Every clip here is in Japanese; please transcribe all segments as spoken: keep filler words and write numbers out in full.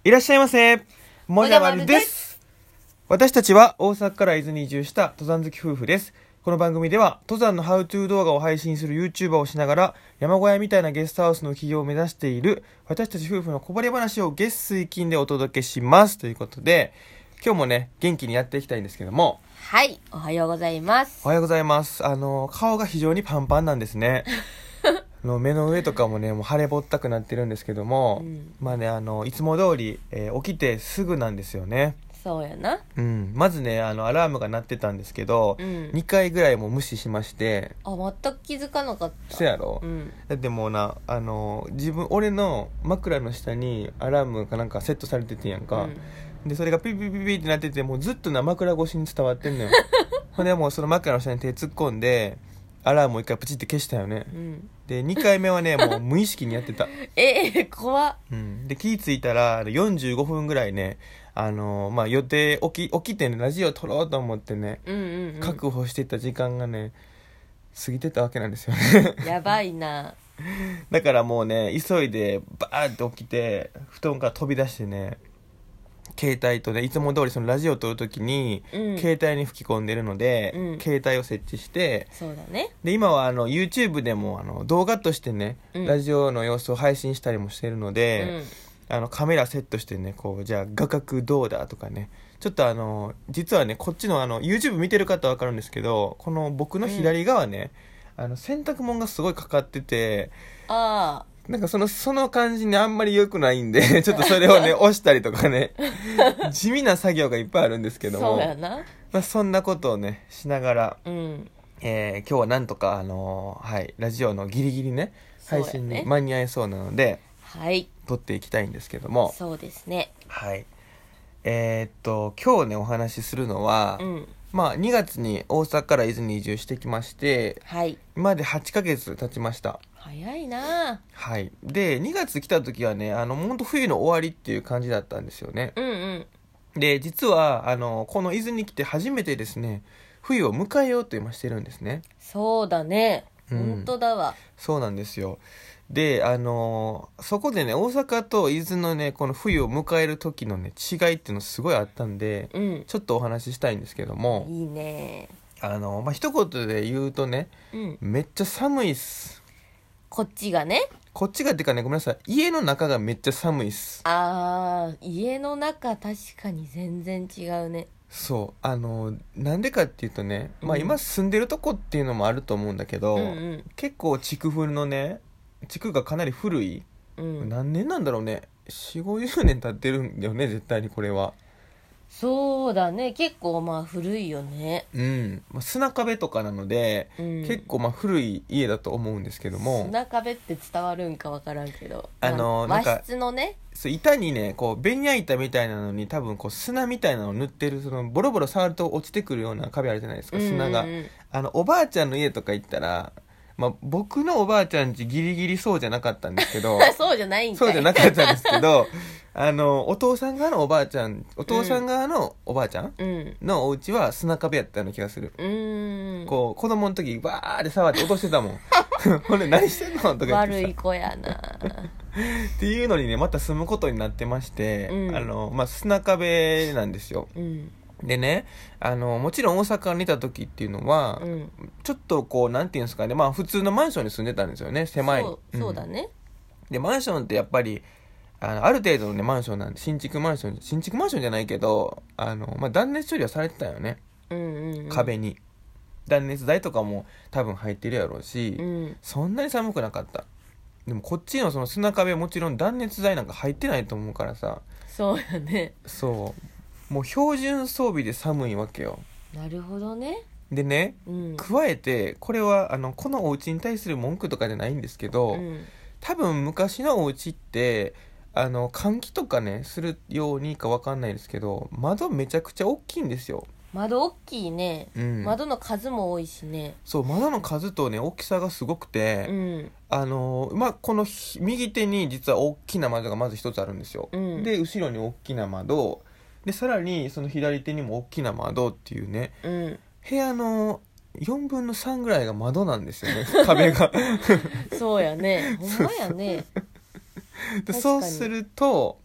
いらっしゃいませ。もじゃまるです。私たちは大阪から伊豆に移住した登山好き夫婦です。この番組では登山のハウトゥー動画を配信する YouTuber をしながら山小屋みたいなゲストハウスの起業を目指している私たち夫婦のこぼれ話を月水金でお届けしますということで、今日もね元気にやっていきたいんですけども。 はい、おはようございます。 おはようございます。あの顔が非常にパンパンなんですねの目の上とかもねもう腫れぼったくなってるんですけども、うん、まあねあのいつも通り、えー、起きてすぐなんですよね。 そうやな、 うん、まずねあのアラームが鳴ってたんですけど、うん、にかいぐらいも無視しまして。 あ、全く気づかなかった。 そうやろ、うん、だってもうなあの自分俺の枕の下にアラームかなんかセットされててんやんか、うん、でそれがピピピピってなっててもうずっとな枕越しに伝わってんのよほんでもうその枕の下に手突っ込んでアラームを一回プチって消したよね、うん、でにかいめはねもう無意識にやってたえー、怖っ、 うん、で気ぃついたらよんじゅうごふんぐらいねあのー、まあ予定起き起きてねラジオ撮ろうと思ってね、うんうんうん、確保してた時間がね過ぎてたわけなんですよねやばいな。 だからもうね急いでバーって起きて布団から飛び出してね携帯とねいつも通りそのラジオを撮るときに、うん、携帯に吹き込んでるので、うん、携帯を設置して、 そうだね。 で今はあの YouTube でもあの動画としてね、うん、ラジオの様子を配信したりもしてるので、うん、あのカメラセットしてねこうじゃあ画角どうだとかねちょっとあの実はねこっちのあの YouTube 見てる方は分かるんですけどこの僕の左側ね、うん、あの洗濯物がすごいかかってて、 ああなんかそのその感じにあんまり良くないんでちょっとそれをね押したりとかね地味な作業がいっぱいあるんですけども、 そうやな、 まあ、そんなことをねしながら、 うんえー、今日はなんとかあのー、はいラジオのギリギリね配信に間に合いそうなので、 はい撮っていきたいんですけども。 そうですね。 はいえー、っと今日ねお話しするのは、うんまあ、にがつに大阪から伊豆に移住してきまして、はい、今まではちかげつ経ちました。 早いな。 はい、でにがつ来た時はねあの本当冬の終わりっていう感じだったんですよね、 うんうん、 で実はあのこの伊豆に来て初めてですね冬を迎えようと今してるんですね。 そうだね、うん、本当だわ。 そうなんですよ。であのそこでね大阪と伊豆のねこの冬を迎える時のね違いっていうのすごいあったんで、うん、ちょっとお話ししたいんですけども。 いいね。 あのまあ一言で言うとね、うん、めっちゃ寒いっす。 こっちがねこっちがってかねごめんなさい家の中がめっちゃ寒いっす。 あー家の中確かに全然違うね。 そうあのなんでかっていうとね、まあ、今住んでるとこっていうのもあると思うんだけど、うんうん、結構築風のね築がかなり古い、うん、何年なんだろうね よんじゅうごじゅうねん経ってるんだよね絶対にこれは。 そうだね結構まあ古いよね。 うん、まあ、砂壁とかなので、うん、結構まあ古い家だと思うんですけども。 砂壁って伝わるんか分からんけどあのなんか和室のねそう板にねこうベニヤ板みたいなのに多分こう砂みたいなのを塗ってるそのボロボロ触ると落ちてくるような壁あるじゃないですか砂が、うんうんうん、あのおばあちゃんの家とか行ったらまあ、僕のおばあちゃんちギリギリそうじゃなかったんですけどそうじゃないんかいそうじゃなかったんですけどあのお父さん側のおばあちゃんお父さん側のおばあちゃん、うん、のお家は砂壁やったような気がする。うーんこう子供の時バーって触って落としてたもんほんで何してんのとか言って悪い子やなっていうのにねまた住むことになってまして、うん、あのまあ、砂壁なんですよ、うんでね、あのもちろん大阪にいた時っていうのは、うん、ちょっとこうなんていうんですかねまあ普通のマンションに住んでたんですよね狭い。 そう、そうだね。 でマンションってやっぱりあのある程度のねマンションなんで新築マンション新築マンションじゃないけどあの、まあ、断熱処理はされてたよね、うんうんうん、壁に断熱材とかも多分入ってるやろうし、うん、そんなに寒くなかった。でもこっちのその砂壁はもちろん断熱材なんか入ってないと思うからさ。 そうやね。 そうもう標準装備で寒いわけよ。 なるほどね。 でね、うん、加えてこれはあのこのお家に対する文句とかじゃないんですけど、うん、多分昔のお家ってあの換気とかねするようにか分かんないですけど窓めちゃくちゃ大きいんですよ。 窓大きいね、うん、窓の数も多いしね。 そう窓の数とね大きさがすごくて、うん、あのまあこの右手に実は大きな窓がまず一つあるんですよ、うん、で後ろに大きな窓でさらにその左手にも大きな窓っていうね、うん、部屋のよんぶんのさんぐらいが窓なんですよね壁がそうやねほんまやねでそうすると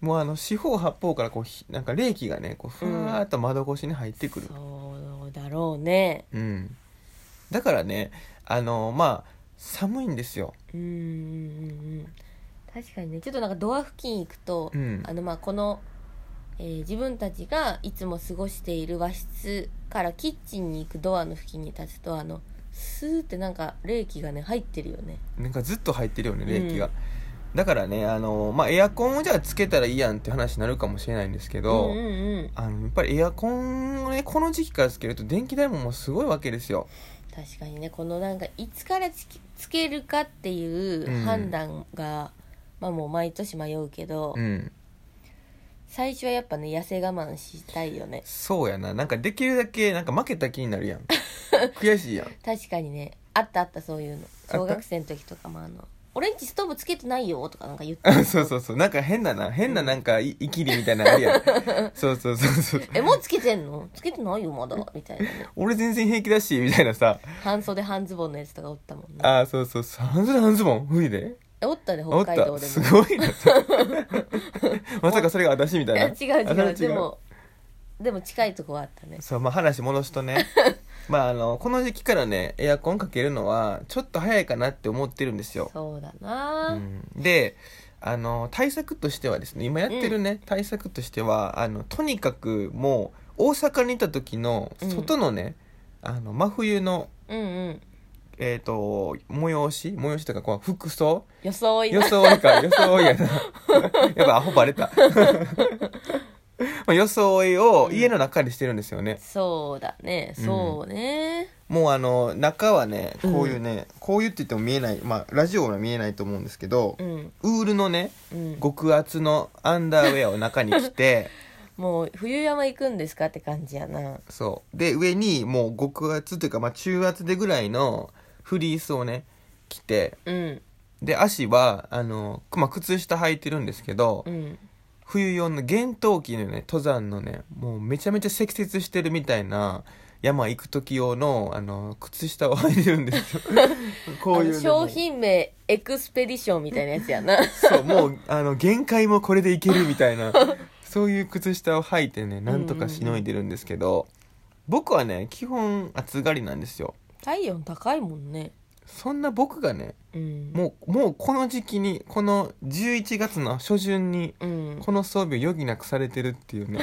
もうあの四方八方からこうひなんか冷気がねこうふわーっと窓越しに入ってくる、 そうだろうね。 うん、だからねあのまあ寒いんですよ。 うんうんうんうん確かにね。ちょっとなんかドア付近行くと、 うんあのまあこの、えー自分たちがいつも過ごしている和室からキッチンに行くドアの付近に立つと、あのスーってなんか冷気がね入ってるよね。 なんかずっと入ってるよね冷気が、 うんだからねあの、まあ、エアコンをじゃあつけたらいいやんって話になるかもしれないんですけど、 うんうんうんあのやっぱりエアコンをねこの時期からつけると電気代ももうすごいわけですよ。 確かにね。このなんかいつからつけつけるかっていう判断が、まあもう毎年迷うけど、 うん最初はやっぱね痩せ我慢したいよね。 そうやな。なんかできるだけなんか負けた気になるやん悔しいやん。 確かにね。あったあったそういうの。 た小学生の時とかもあの俺んちストーブつけてないよとかなんか言ってるそうそうそうなんか変なな変ななんかいいきりみたいなのあるやんそうそうそうそうえもうつけてんのつけてないよまだみたいなね。 俺全然平気だしみたいなさ。 半袖半ズボンのやつとかおったもんね。 ああそうそうそう半ズボン半ズボン冬でえおったねおった北海道でも。 すごいなまさかそれが私みたいな。 いや違うあそれ違うでもでも近いとこはあったね。 そうまあ話戻すとねまああのこの時期からねエアコンかけるのはちょっと早いかなって思ってるんですよ。 そうだな、 うん、であの対策としてはですね今やってるね、対策としてはあのとにかくもう大阪にいた時の外のね、あの真冬のうんうんえっ、と催し催しとかこう服装装いな装いか装いやなやっぱアホバレたまあ装いを家の中でしてるんですよね、 そうだねそうね、 もうあの中はねこういうね、こういうって言っても見えない、まあラジオは見えないと思うんですけど、 うんウールのねうん、 極厚のアンダーウェアを中に着てもう冬山行くんですかって感じやな。 そうで上にもう極厚というか、まあ、中厚でぐらいのフリースをね着て、 うんで足はあの、まあ、靴下履いてるんですけど、 うん冬用の厳冬期のね登山のねもうめちゃめちゃ積雪してるみたいな山行く時用のあの靴下を履いてるんですよこういう、ね、 あの商品名エクスペディションみたいなやつやなそうもうあの限界もこれでいけるみたいなそういう靴下を履いてねなんとかしのいでるんですけど、僕はね基本暑がりなんですよ。 体温高いもんね。 そんな僕がねうんもうもうこの時期にこのじゅういちがつの初旬にうんこの装備を余儀なくされてるっていうね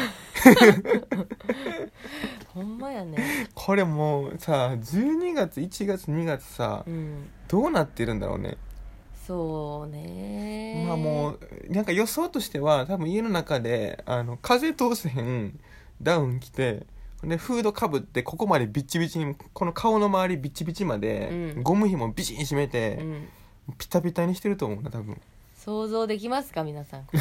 ほんまやね。 これもうさじゅうにがついちがつにがつさうんどうなってるんだろうね。 そうね。 まあもうなんか予想としては多分家の中であの風通せへんダウン着てでフードかぶってここまでビッチビチにこの顔の周りビッチビチまで、 うん、 ゴム紐ビチン締めて、 うん、 ピタピタにしてると思うな多分。 想像できますか皆さん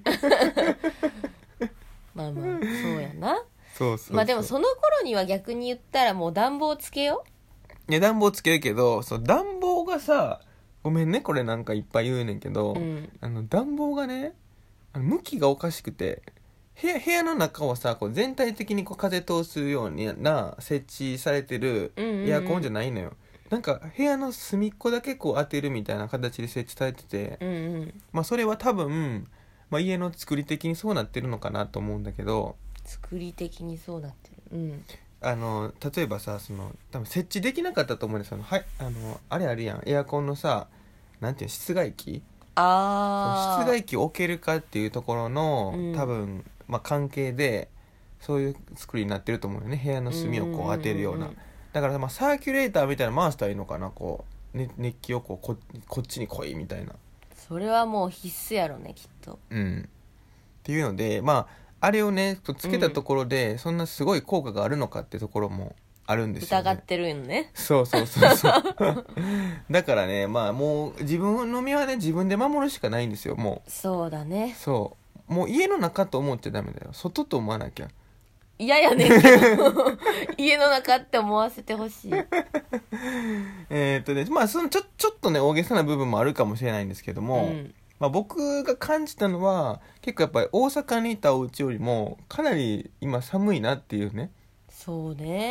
まあまあそうやな。 そうそうそうまあでもその頃には逆に言ったらもう暖房つけよいや暖房つけるけどそう暖房がさごめんねこれなんかいっぱい言うねんけど、 う、うん、 あの暖房がねあの向きがおかしくて部屋、部屋の中をさこう全体的にこう風通すようにな設置されてるエアコンじゃないのよ、うんうんうん、なんか部屋の隅っこだけこう当てるみたいな形で設置されてて、 うんうん、 まあそれは多分、まあ、家の作り的にそうなってるのかなと思うんだけど、 作り的にそうなってる、うん、 あの例えばさその多分設置できなかったと思うんですよ。はいあのあれあるやんエアコンのさなんていう室外機あ室外機を置けるかっていうところの、 うん、 多分、まあ、関係でそういう作りになってると思うよね部屋の隅をこう当てるような、うんうんうんうん、だから、まあ、サーキュレーターみたいな回したらいいのかなこう、ね、熱気をこう こ, こっちに来いみたいな。 それはもう必須やろねきっと。 うんっていうのでまああれをねつけたところで、うん、そんなすごい効果があるのかってところもあるんですよね。 疑ってるよね。 そうそうそうそうだからねまあもう自分の身はね自分で守るしかないんですよもう。そうだね。 そうもう家の中と思っちゃダメだよ外と思わなきゃ。 嫌やねんけど家の中って思わせてほしいえっとねまあそのちょちょっとね大げさな部分もあるかもしれないんですけども、うんまあ、僕が感じたのは結構やっぱり大阪にいたお家よりもかなり今寒いなっていうね。 そうね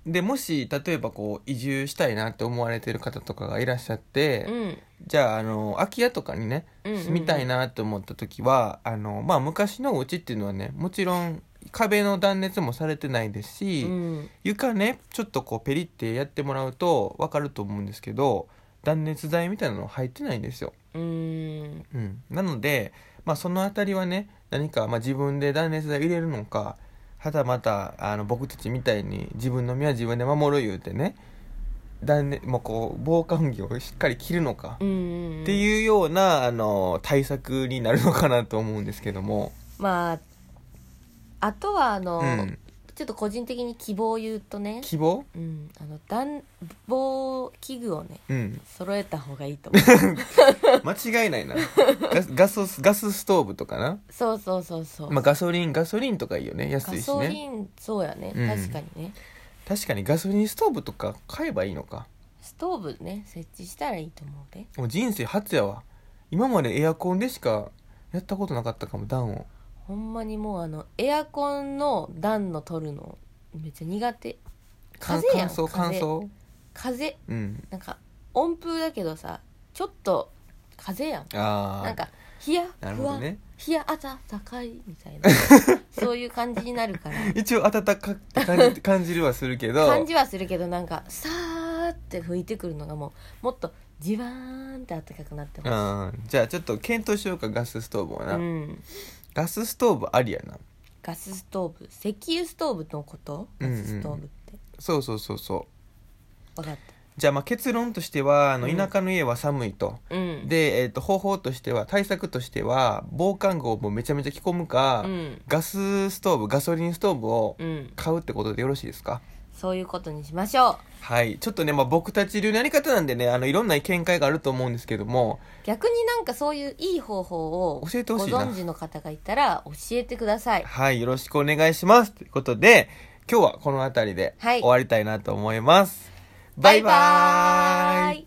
でもし例えばこう移住したいなって思われてる方とかがいらっしゃって、 うん、 じゃああの空き家とかにねうんうんうん住みたいなって思った時は、あの、まあ、昔のお家っていうのはねもちろん壁の断熱もされてないですし、 うん、 床ねちょっとこうペリってやってもらうと分かると思うんですけど、断熱材みたいなの入ってないんですよ。 うーんうん、なので、まあ、そのあたりはね何かまあ自分で断熱材入れるのか、はたまたあの僕たちみたいに自分の身は自分で守る言うてね、断熱もうこう防寒着をしっかり着るのかうんうんっていうようなあの対策になるのかなと思うんですけども、 まああとはあの、 うんちょっと個人的に希望を言うとね、 希望うん、あの暖房器具をねうん揃えた方がいいと思う間違いないなガスガスガスストーブとかな、 そうそうそうそう、 まあ、ガソリンガソリンとかいいよね、安ガいしね。 ソリンそうやね、 うん確かにね、 確かにガソリンストーブとか買えばいいのか。 ストーブね設置したらいいと思うで。 もう人生初やわ。今までエアコンでしかやったことなかったかも、暖を。 ほんまにもうあのエアコンの暖の取るのめっちゃ苦手。 乾風やん乾燥乾風燥風うんなんか温風だけどさちょっと風やん、 ああなんか冷やふわ、 なるほどね。 冷や暖かいみたいなそういう感じになるから一応暖かく感じ感じるはするけど感じはするけど、なんかさーって吹いてくるのがもうもっとじわーんって暖かくなってほしい。 うんじゃあちょっと検討しようか、ガスストーブはな、 うん、 ガスストーブありやな。 ガスストーブ、石油ストーブのことガスストーブって、 そうそうそうそう分かっじゃあまあ結論としてはあのうん田舎の家は寒いと、 た。うんで、えー、と方法としては対策としては防寒具をもうめちゃめちゃ着込むか、 うんガスストーブガソリンストーブをうん買うってことでよろしいですか？ そういうことにしましょう。 はいちょっとね、まあ、僕たち流のやり方なんでね、あのいろんな見解があると思うんですけども、 逆になんかそういういい方法を教えてほしいなご存知の方がいたら教えてください。 はいよろしくお願いしますということで、今日はこの辺りではい終わりたいなと思います。バイバーイ。